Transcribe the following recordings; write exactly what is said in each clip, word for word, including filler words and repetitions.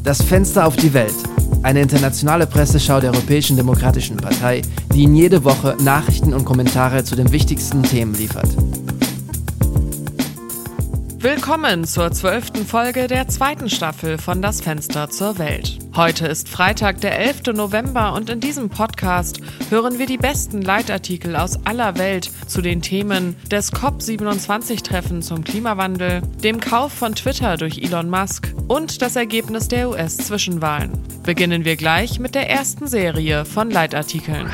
Das Fenster auf die Welt. Eine internationale Presseschau der Europäischen Demokratischen Partei, die Ihnen jede Woche Nachrichten und Kommentare zu den wichtigsten Themen liefert. Willkommen zur zwölften Folge der zweiten Staffel von Das Fenster zur Welt. Heute ist Freitag, der elfte November, und in diesem Podcast hören wir die besten Leitartikel aus aller Welt zu den Themen des C O P siebenundzwanzig-Treffen zum Klimawandel, dem Kauf von Twitter durch Elon Musk und das Ergebnis der U S-Zwischenwahlen. Beginnen wir gleich mit der ersten Serie von Leitartikeln.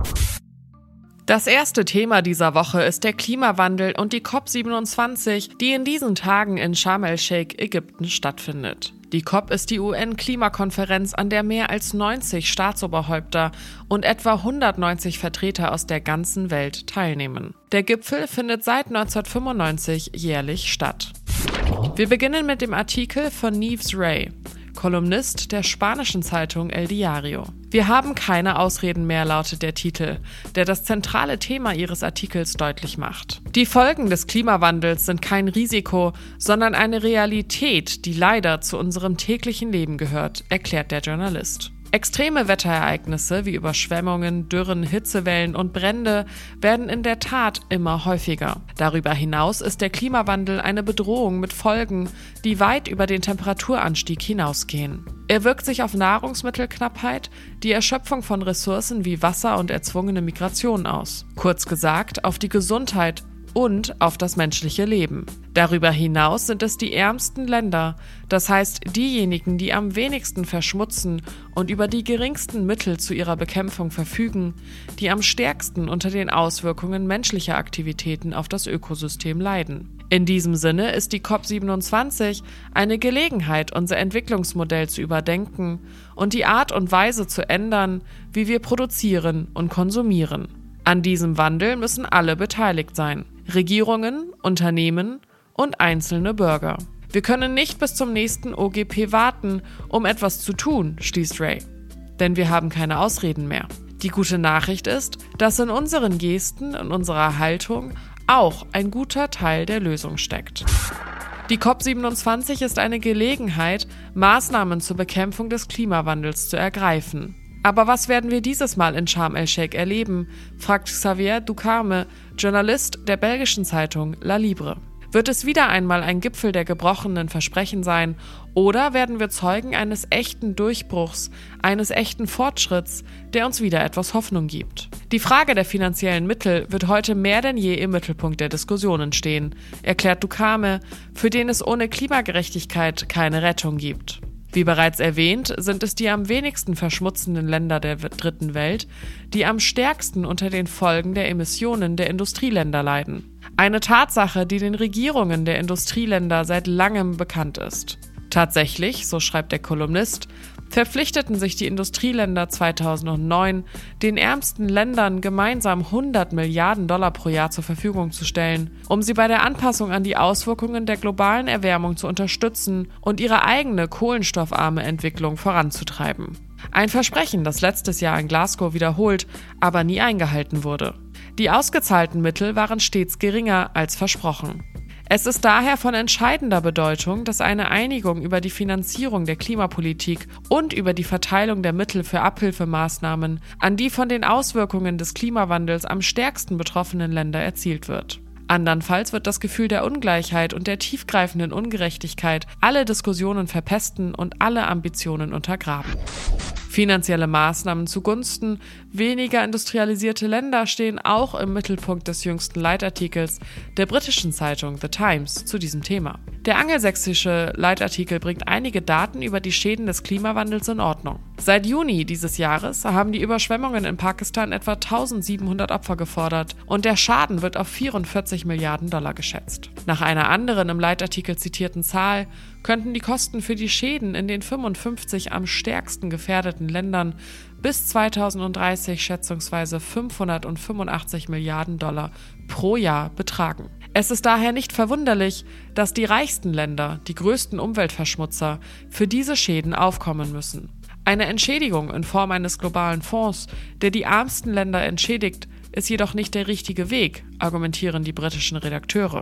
Das erste Thema dieser Woche ist der Klimawandel und die C O P siebenundzwanzig, die in diesen Tagen in Sharm el-Sheikh, Ägypten, stattfindet. Die C O P ist die U N-Klimakonferenz, an der mehr als neunzig Staatsoberhäupter und etwa hundertneunzig Vertreter aus der ganzen Welt teilnehmen. Der Gipfel findet seit neunzehnhundertfünfundneunzig jährlich statt. Wir beginnen mit dem Artikel von Nieves Ray, Kolumnist der spanischen Zeitung El Diario. Wir haben keine Ausreden mehr, lautet der Titel, der das zentrale Thema ihres Artikels deutlich macht. Die Folgen des Klimawandels sind kein Risiko, sondern eine Realität, die leider zu unserem täglichen Leben gehört, erklärt der Journalist. Extreme Wetterereignisse wie Überschwemmungen, Dürren, Hitzewellen und Brände werden in der Tat immer häufiger. Darüber hinaus ist der Klimawandel eine Bedrohung mit Folgen, die weit über den Temperaturanstieg hinausgehen. Er wirkt sich auf Nahrungsmittelknappheit, die Erschöpfung von Ressourcen wie Wasser und erzwungene Migration aus. Kurz gesagt, auf die Gesundheit und auf das menschliche Leben. Darüber hinaus sind es die ärmsten Länder, das heißt diejenigen, die am wenigsten verschmutzen und über die geringsten Mittel zu ihrer Bekämpfung verfügen, die am stärksten unter den Auswirkungen menschlicher Aktivitäten auf das Ökosystem leiden. In diesem Sinne ist die C O P siebenundzwanzig eine Gelegenheit, unser Entwicklungsmodell zu überdenken und die Art und Weise zu ändern, wie wir produzieren und konsumieren. An diesem Wandel müssen alle beteiligt sein. Regierungen, Unternehmen und einzelne Bürger. Wir können nicht bis zum nächsten O G P warten, um etwas zu tun, schließt Ray. Denn wir haben keine Ausreden mehr. Die gute Nachricht ist, dass in unseren Gesten und unserer Haltung auch ein guter Teil der Lösung steckt. Die C O P siebenundzwanzig ist eine Gelegenheit, Maßnahmen zur Bekämpfung des Klimawandels zu ergreifen. Aber was werden wir dieses Mal in Sharm el-Sheikh erleben, fragt Xavier Ducarme, Journalist der belgischen Zeitung La Libre. Wird es wieder einmal ein Gipfel der gebrochenen Versprechen sein, oder werden wir Zeugen eines echten Durchbruchs, eines echten Fortschritts, der uns wieder etwas Hoffnung gibt? Die Frage der finanziellen Mittel wird heute mehr denn je im Mittelpunkt der Diskussionen stehen, erklärt Ducarme, für den es ohne Klimagerechtigkeit keine Rettung gibt. Wie bereits erwähnt, sind es die am wenigsten verschmutzenden Länder der dritten Welt, die am stärksten unter den Folgen der Emissionen der Industrieländer leiden. Eine Tatsache, die den Regierungen der Industrieländer seit langem bekannt ist. Tatsächlich, so schreibt der Kolumnist, verpflichteten sich die Industrieländer zweitausendneun, den ärmsten Ländern gemeinsam hundert Milliarden Dollar pro Jahr zur Verfügung zu stellen, um sie bei der Anpassung an die Auswirkungen der globalen Erwärmung zu unterstützen und ihre eigene kohlenstoffarme Entwicklung voranzutreiben. Ein Versprechen, das letztes Jahr in Glasgow wiederholt, aber nie eingehalten wurde. Die ausgezahlten Mittel waren stets geringer als versprochen. Es ist daher von entscheidender Bedeutung, dass eine Einigung über die Finanzierung der Klimapolitik und über die Verteilung der Mittel für Abhilfemaßnahmen an die von den Auswirkungen des Klimawandels am stärksten betroffenen Länder erzielt wird. Andernfalls wird das Gefühl der Ungleichheit und der tiefgreifenden Ungerechtigkeit alle Diskussionen verpesten und alle Ambitionen untergraben. Finanzielle Maßnahmen zugunsten weniger industrialisierte Länder stehen auch im Mittelpunkt des jüngsten Leitartikels der britischen Zeitung The Times zu diesem Thema. Der angelsächsische Leitartikel bringt einige Daten über die Schäden des Klimawandels in Ordnung. Seit Juni dieses Jahres haben die Überschwemmungen in Pakistan etwa eintausendsiebenhundert Opfer gefordert und der Schaden wird auf vierundvierzig Milliarden Dollar geschätzt. Nach einer anderen im Leitartikel zitierten Zahl könnten die Kosten für die Schäden in den fünfundfünfzig am stärksten gefährdeten Ländern bis zweitausenddreißig schätzungsweise fünfhundertfünfundachtzig Milliarden Dollar pro Jahr betragen. Es ist daher nicht verwunderlich, dass die reichsten Länder, die größten Umweltverschmutzer, für diese Schäden aufkommen müssen. Eine Entschädigung in Form eines globalen Fonds, der die ärmsten Länder entschädigt, ist jedoch nicht der richtige Weg, argumentieren die britischen Redakteure.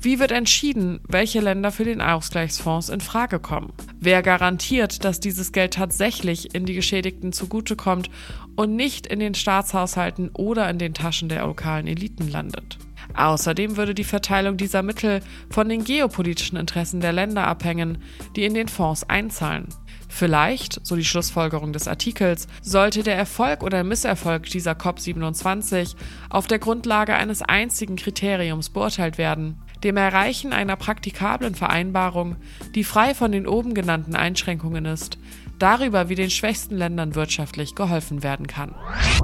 Wie wird entschieden, welche Länder für den Ausgleichsfonds in Frage kommen? Wer garantiert, dass dieses Geld tatsächlich in die Geschädigten zugutekommt und nicht in den Staatshaushalten oder in den Taschen der lokalen Eliten landet? Außerdem würde die Verteilung dieser Mittel von den geopolitischen Interessen der Länder abhängen, die in den Fonds einzahlen. Vielleicht, so die Schlussfolgerung des Artikels, sollte der Erfolg oder Misserfolg dieser COP siebenundzwanzig auf der Grundlage eines einzigen Kriteriums beurteilt werden: dem Erreichen einer praktikablen Vereinbarung, die frei von den oben genannten Einschränkungen ist, darüber, wie den schwächsten Ländern wirtschaftlich geholfen werden kann.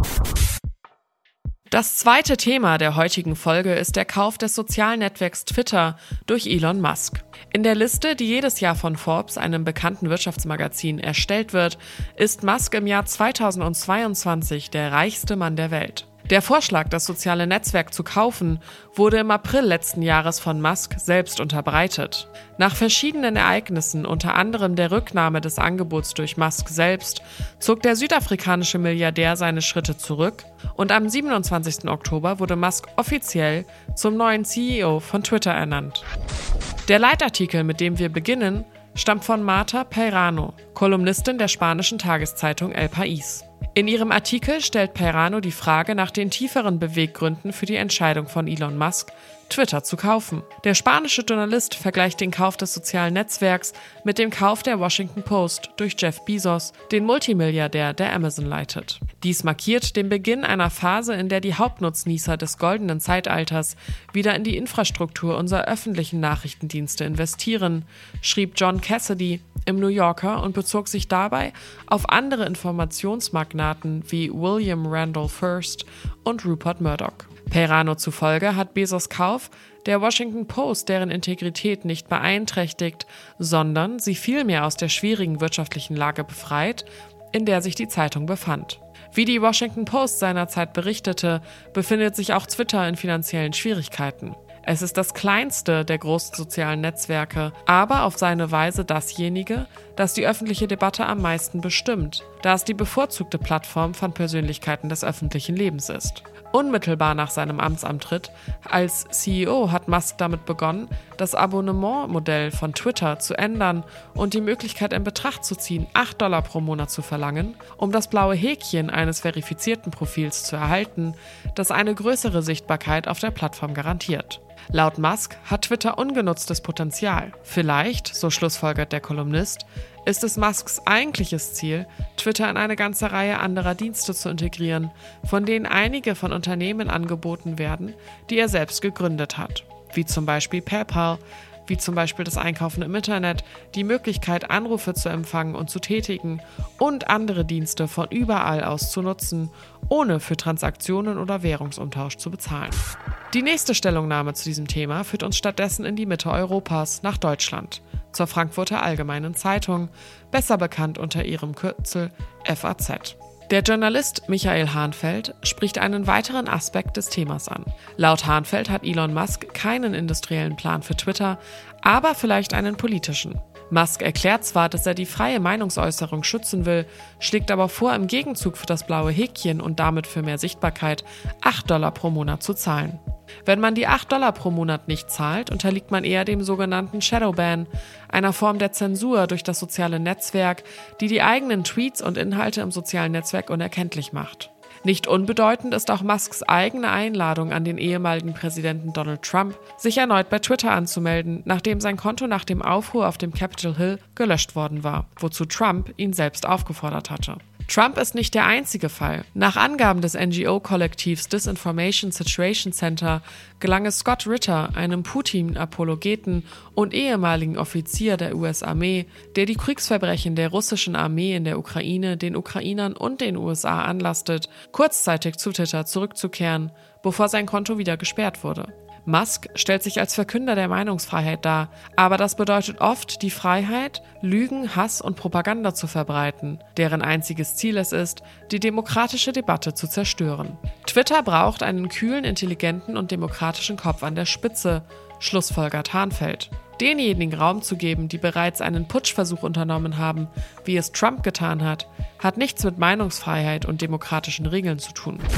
Das zweite Thema der heutigen Folge ist der Kauf des sozialen Netzwerks Twitter durch Elon Musk. In der Liste, die jedes Jahr von Forbes, einem bekannten Wirtschaftsmagazin, erstellt wird, ist Musk im Jahr zweitausendzweiundzwanzig der reichste Mann der Welt. Der Vorschlag, das soziale Netzwerk zu kaufen, wurde im April letzten Jahres von Musk selbst unterbreitet. Nach verschiedenen Ereignissen, unter anderem der Rücknahme des Angebots durch Musk selbst, zog der südafrikanische Milliardär seine Schritte zurück und am siebenundzwanzigsten Oktober wurde Musk offiziell zum neuen C E O von Twitter ernannt. Der Leitartikel, mit dem wir beginnen, stammt von Marta Peirano, Kolumnistin der spanischen Tageszeitung El País. In ihrem Artikel stellt Peirano die Frage nach den tieferen Beweggründen für die Entscheidung von Elon Musk, Twitter zu kaufen. Der spanische Journalist vergleicht den Kauf des sozialen Netzwerks mit dem Kauf der Washington Post durch Jeff Bezos, den Multimilliardär, der Amazon leitet. Dies markiert den Beginn einer Phase, in der die Hauptnutznießer des goldenen Zeitalters wieder in die Infrastruktur unserer öffentlichen Nachrichtendienste investieren, schrieb John Cassidy im New Yorker und bezog sich dabei auf andere Informationsmagnaten wie William Randolph Hearst und Rupert Murdoch. Peirano zufolge hat Bezos' Kauf der Washington Post deren Integrität nicht beeinträchtigt, sondern sie vielmehr aus der schwierigen wirtschaftlichen Lage befreit, in der sich die Zeitung befand. Wie die Washington Post seinerzeit berichtete, befindet sich auch Twitter in finanziellen Schwierigkeiten. Es ist das kleinste der großen sozialen Netzwerke, aber auf seine Weise dasjenige, das die öffentliche Debatte am meisten bestimmt, da es die bevorzugte Plattform von Persönlichkeiten des öffentlichen Lebens ist. Unmittelbar nach seinem Amtsantritt als C E O hat Musk damit begonnen, das Abonnementmodell von Twitter zu ändern und die Möglichkeit in Betracht zu ziehen, acht Dollar pro Monat zu verlangen, um das blaue Häkchen eines verifizierten Profils zu erhalten, das eine größere Sichtbarkeit auf der Plattform garantiert. Laut Musk hat Twitter ungenutztes Potenzial. Vielleicht, so schlussfolgert der Kolumnist, ist es Musks eigentliches Ziel, Twitter in eine ganze Reihe anderer Dienste zu integrieren, von denen einige von Unternehmen angeboten werden, die er selbst gegründet hat, wie zum Beispiel PayPal, wie zum Beispiel das Einkaufen im Internet, die Möglichkeit, Anrufe zu empfangen und zu tätigen und andere Dienste von überall aus zu nutzen, ohne für Transaktionen oder Währungsumtausch zu bezahlen. Die nächste Stellungnahme zu diesem Thema führt uns stattdessen in die Mitte Europas, nach Deutschland, zur Frankfurter Allgemeinen Zeitung, besser bekannt unter ihrem Kürzel F A Z. Der Journalist Michael Hahnfeld spricht einen weiteren Aspekt des Themas an. Laut Hahnfeld hat Elon Musk keinen industriellen Plan für Twitter, aber vielleicht einen politischen. Musk erklärt zwar, dass er die freie Meinungsäußerung schützen will, schlägt aber vor, im Gegenzug für das blaue Häkchen und damit für mehr Sichtbarkeit acht Dollar pro Monat zu zahlen. Wenn man die acht Dollar pro Monat nicht zahlt, unterliegt man eher dem sogenannten Shadowban, einer Form der Zensur durch das soziale Netzwerk, die die eigenen Tweets und Inhalte im sozialen Netzwerk unerkenntlich macht. Nicht unbedeutend ist auch Musks eigene Einladung an den ehemaligen Präsidenten Donald Trump, sich erneut bei Twitter anzumelden, nachdem sein Konto nach dem Aufruhr auf dem Capitol Hill gelöscht worden war, wozu Trump ihn selbst aufgefordert hatte. Trump ist nicht der einzige Fall. Nach Angaben des N G O-Kollektivs Disinformation Situation Center gelang es Scott Ritter, einem Putin-Apologeten und ehemaligen Offizier der U S-Armee, der die Kriegsverbrechen der russischen Armee in der Ukraine, den Ukrainern und den U S A anlastet, kurzzeitig zu Twitter zurückzukehren, bevor sein Konto wieder gesperrt wurde. Musk stellt sich als Verkünder der Meinungsfreiheit dar, aber das bedeutet oft die Freiheit, Lügen, Hass und Propaganda zu verbreiten, deren einziges Ziel es ist, die demokratische Debatte zu zerstören. Twitter braucht einen kühlen, intelligenten und demokratischen Kopf an der Spitze, schlussfolgert Hahnfeld. Denjenigen Raum zu geben, die bereits einen Putschversuch unternommen haben, wie es Trump getan hat, hat nichts mit Meinungsfreiheit und demokratischen Regeln zu tun.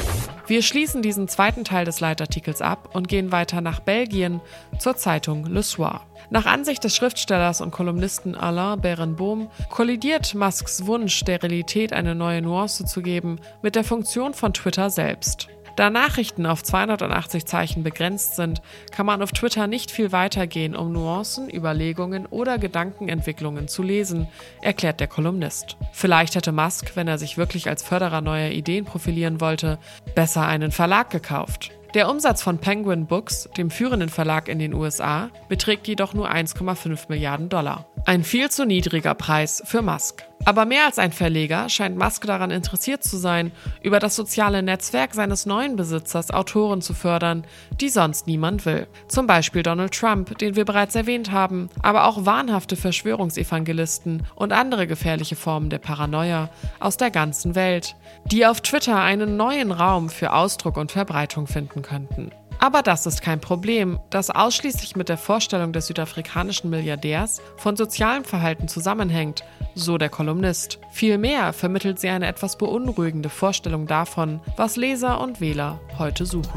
Wir schließen diesen zweiten Teil des Leitartikels ab und gehen weiter nach Belgien zur Zeitung Le Soir. Nach Ansicht des Schriftstellers und Kolumnisten Alain Berenbaum kollidiert Musks Wunsch, der Realität eine neue Nuance zu geben, mit der Funktion von Twitter selbst. Da Nachrichten auf zweihundertachtzig Zeichen begrenzt sind, kann man auf Twitter nicht viel weiter gehen, um Nuancen, Überlegungen oder Gedankenentwicklungen zu lesen, erklärt der Kolumnist. Vielleicht hätte Musk, wenn er sich wirklich als Förderer neuer Ideen profilieren wollte, besser einen Verlag gekauft. Der Umsatz von Penguin Books, dem führenden Verlag in den U S A, beträgt jedoch nur eins Komma fünf Milliarden Dollar. Ein viel zu niedriger Preis für Musk. Aber mehr als ein Verleger scheint Musk daran interessiert zu sein, über das soziale Netzwerk seines neuen Besitzers Autoren zu fördern, die sonst niemand will. Zum Beispiel Donald Trump, den wir bereits erwähnt haben, aber auch wahnhafte Verschwörungsevangelisten und andere gefährliche Formen der Paranoia aus der ganzen Welt, die auf Twitter einen neuen Raum für Ausdruck und Verbreitung finden könnten. Aber das ist kein Problem, das ausschließlich mit der Vorstellung des südafrikanischen Milliardärs von sozialem Verhalten zusammenhängt, so der Kolumnist. Vielmehr vermittelt sie eine etwas beunruhigende Vorstellung davon, was Leser und Wähler heute suchen.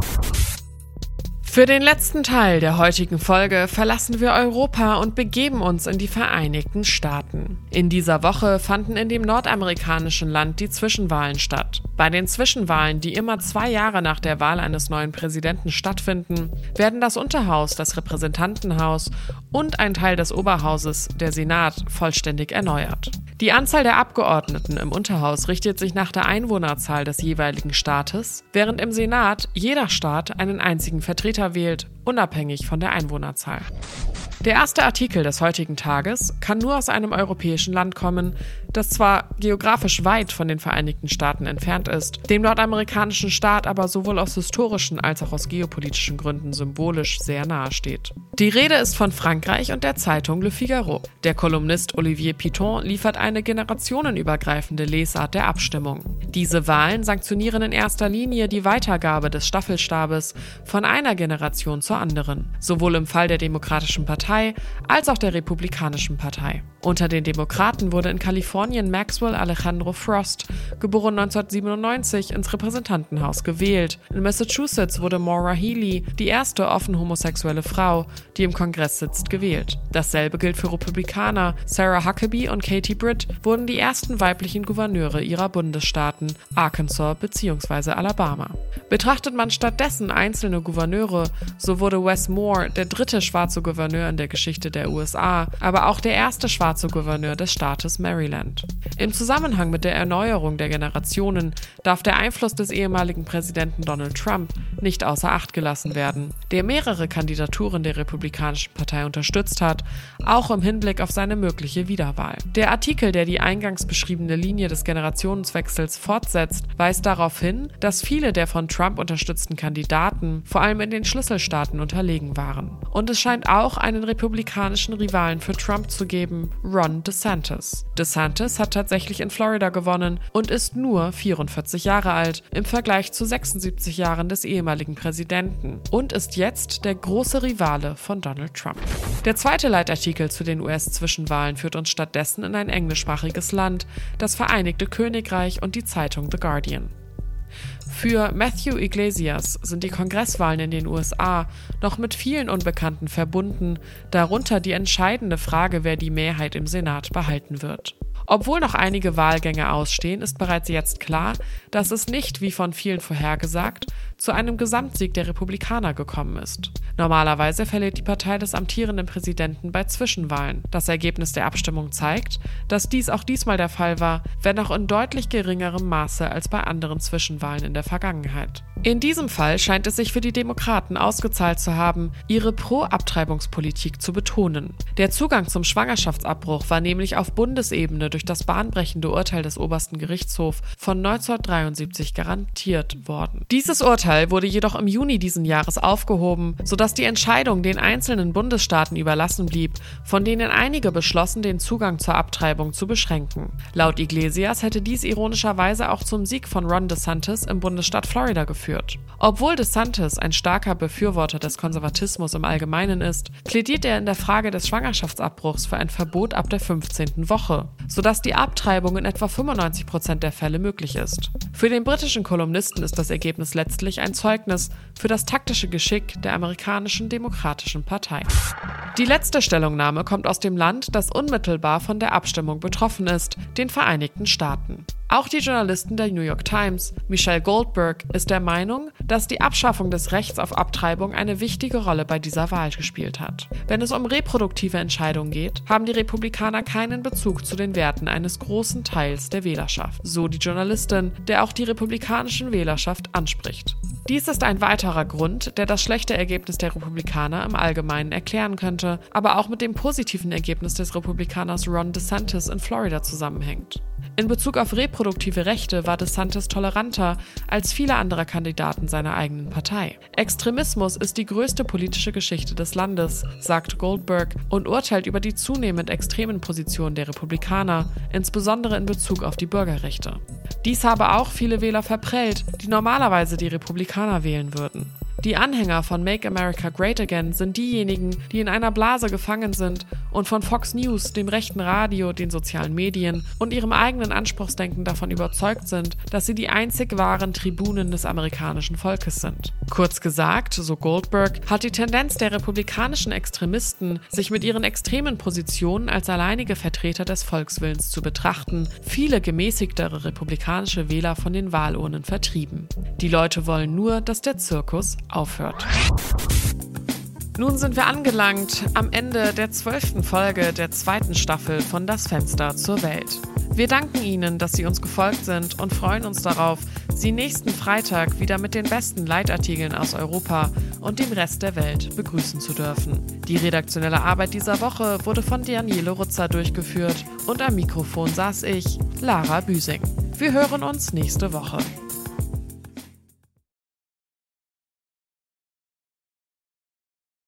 Für den letzten Teil der heutigen Folge verlassen wir Europa und begeben uns in die Vereinigten Staaten. In dieser Woche fanden in dem nordamerikanischen Land die Zwischenwahlen statt. Bei den Zwischenwahlen, die immer zwei Jahre nach der Wahl eines neuen Präsidenten stattfinden, werden das Unterhaus, das Repräsentantenhaus und ein Teil des Oberhauses, der Senat, vollständig erneuert. Die Anzahl der Abgeordneten im Unterhaus richtet sich nach der Einwohnerzahl des jeweiligen Staates, während im Senat jeder Staat einen einzigen Vertreter wählt, unabhängig von der Einwohnerzahl. Der erste Artikel des heutigen Tages kann nur aus einem europäischen Land kommen, das zwar geografisch weit von den Vereinigten Staaten entfernt ist, dem nordamerikanischen Staat aber sowohl aus historischen als auch aus geopolitischen Gründen symbolisch sehr nahe steht. Die Rede ist von Frankreich und der Zeitung Le Figaro. Der Kolumnist Olivier Piton liefert eine generationenübergreifende Lesart der Abstimmung. Diese Wahlen sanktionieren in erster Linie die Weitergabe des Staffelstabes von einer Generation zur anderen, sowohl im Fall der Demokratischen Partei als auch der Republikanischen Partei. Unter den Demokraten wurde in Kalifornien Maxwell Alejandro Frost, geboren neunzehnhundertsiebenundneunzig, ins Repräsentantenhaus gewählt. In Massachusetts wurde Maura Healey, die erste offen homosexuelle Frau, die im Kongress sitzt, gewählt. Dasselbe gilt für Republikaner. Sarah Huckabee und Katie Britt wurden die ersten weiblichen Gouverneure ihrer Bundesstaaten, Arkansas bzw. Alabama. Betrachtet man stattdessen einzelne Gouverneure, so wurde Wes Moore der dritte schwarze Gouverneur in der Geschichte der U S A, aber auch der erste schwarze Gouverneur des Staates Maryland. Im Zusammenhang mit der Erneuerung der Generationen darf der Einfluss des ehemaligen Präsidenten Donald Trump nicht außer Acht gelassen werden, der mehrere Kandidaturen der Republikanischen Partei unterstützt hat, auch im Hinblick auf seine mögliche Wiederwahl. Der Artikel, der die eingangs beschriebene Linie des Generationswechsels fortsetzt, weist darauf hin, dass viele der von Trump unterstützten Kandidaten vor allem in den Schlüsselstaaten unterlegen waren. Und es scheint auch einen republikanischen Rivalen für Trump zu geben, Ron DeSantis. DeSantis hat tatsächlich in Florida gewonnen und ist nur vierundvierzig Jahre alt im Vergleich zu sechsundsiebzig Jahren des ehemaligen Präsidenten und ist jetzt der große Rivale von Donald Trump. Der zweite Leitartikel zu den U S-Zwischenwahlen führt uns stattdessen in ein englischsprachiges Land, das Vereinigte Königreich und die Zeitung The Guardian. Für Matthew Iglesias sind die Kongresswahlen in den U S A noch mit vielen Unbekannten verbunden, darunter die entscheidende Frage, wer die Mehrheit im Senat behalten wird. Obwohl noch einige Wahlgänge ausstehen, ist bereits jetzt klar, dass es nicht, wie von vielen vorhergesagt, zu einem Gesamtsieg der Republikaner gekommen ist. Normalerweise verliert die Partei des amtierenden Präsidenten bei Zwischenwahlen. Das Ergebnis der Abstimmung zeigt, dass dies auch diesmal der Fall war, wenn auch in deutlich geringerem Maße als bei anderen Zwischenwahlen in der Vergangenheit. In diesem Fall scheint es sich für die Demokraten ausgezahlt zu haben, ihre Pro-Abtreibungspolitik zu betonen. Der Zugang zum Schwangerschaftsabbruch war nämlich auf Bundesebene durch das bahnbrechende Urteil des obersten Gerichtshofs von neunzehnhundertdreiundsiebzig garantiert worden. Dieses Urteil wurde jedoch im Juni diesen Jahres aufgehoben, sodass die Entscheidung den einzelnen Bundesstaaten überlassen blieb, von denen einige beschlossen, den Zugang zur Abtreibung zu beschränken. Laut Iglesias hätte dies ironischerweise auch zum Sieg von Ron DeSantis im Bundesstaat Florida geführt. Obwohl DeSantis ein starker Befürworter des Konservatismus im Allgemeinen ist, plädiert er in der Frage des Schwangerschaftsabbruchs für ein Verbot ab der fünfzehnten Woche, sodass die Abtreibung in etwa fünfundneunzig Prozent der Fälle möglich ist. Für den britischen Kolumnisten ist das Ergebnis letztlich ein Zeugnis für das taktische Geschick der amerikanischen Demokratischen Partei. Die letzte Stellungnahme kommt aus dem Land, das unmittelbar von der Abstimmung betroffen ist, den Vereinigten Staaten. Auch die Journalistin der New York Times, Michelle Goldberg, ist der Meinung, dass die Abschaffung des Rechts auf Abtreibung eine wichtige Rolle bei dieser Wahl gespielt hat. Wenn es um reproduktive Entscheidungen geht, haben die Republikaner keinen Bezug zu den Werten eines großen Teils der Wählerschaft, so die Journalistin, der auch die republikanischen Wählerschaft anspricht. Dies ist ein weiterer Grund, der das schlechte Ergebnis der Republikaner im Allgemeinen erklären könnte, aber auch mit dem positiven Ergebnis des Republikaners Ron DeSantis in Florida zusammenhängt. In Bezug auf reproduktive Rechte war DeSantis toleranter als viele andere Kandidaten seiner eigenen Partei. Extremismus ist die größte politische Geschichte des Landes, sagt Goldberg und urteilt über die zunehmend extremen Positionen der Republikaner, insbesondere in Bezug auf die Bürgerrechte. Dies habe auch viele Wähler verprellt, die normalerweise die Republikaner wählen würden. Die Anhänger von Make America Great Again sind diejenigen, die in einer Blase gefangen sind und von Fox News, dem rechten Radio, den sozialen Medien und ihrem eigenen Anspruchsdenken davon überzeugt sind, dass sie die einzig wahren Tribunen des amerikanischen Volkes sind. Kurz gesagt, so Goldberg, hat die Tendenz der republikanischen Extremisten, sich mit ihren extremen Positionen als alleinige Vertreter des Volkswillens zu betrachten, viele gemäßigtere republikanische Wähler von den Wahlurnen vertrieben. Die Leute wollen nur, dass der Zirkus aufhört. Nun sind wir angelangt am Ende der zwölften Folge der zweiten Staffel von Das Fenster zur Welt. Wir danken Ihnen, dass Sie uns gefolgt sind und freuen uns darauf, Sie nächsten Freitag wieder mit den besten Leitartikeln aus Europa und dem Rest der Welt begrüßen zu dürfen. Die redaktionelle Arbeit dieser Woche wurde von Daniele Rutzer durchgeführt und am Mikrofon saß ich, Lara Büsing. Wir hören uns nächste Woche.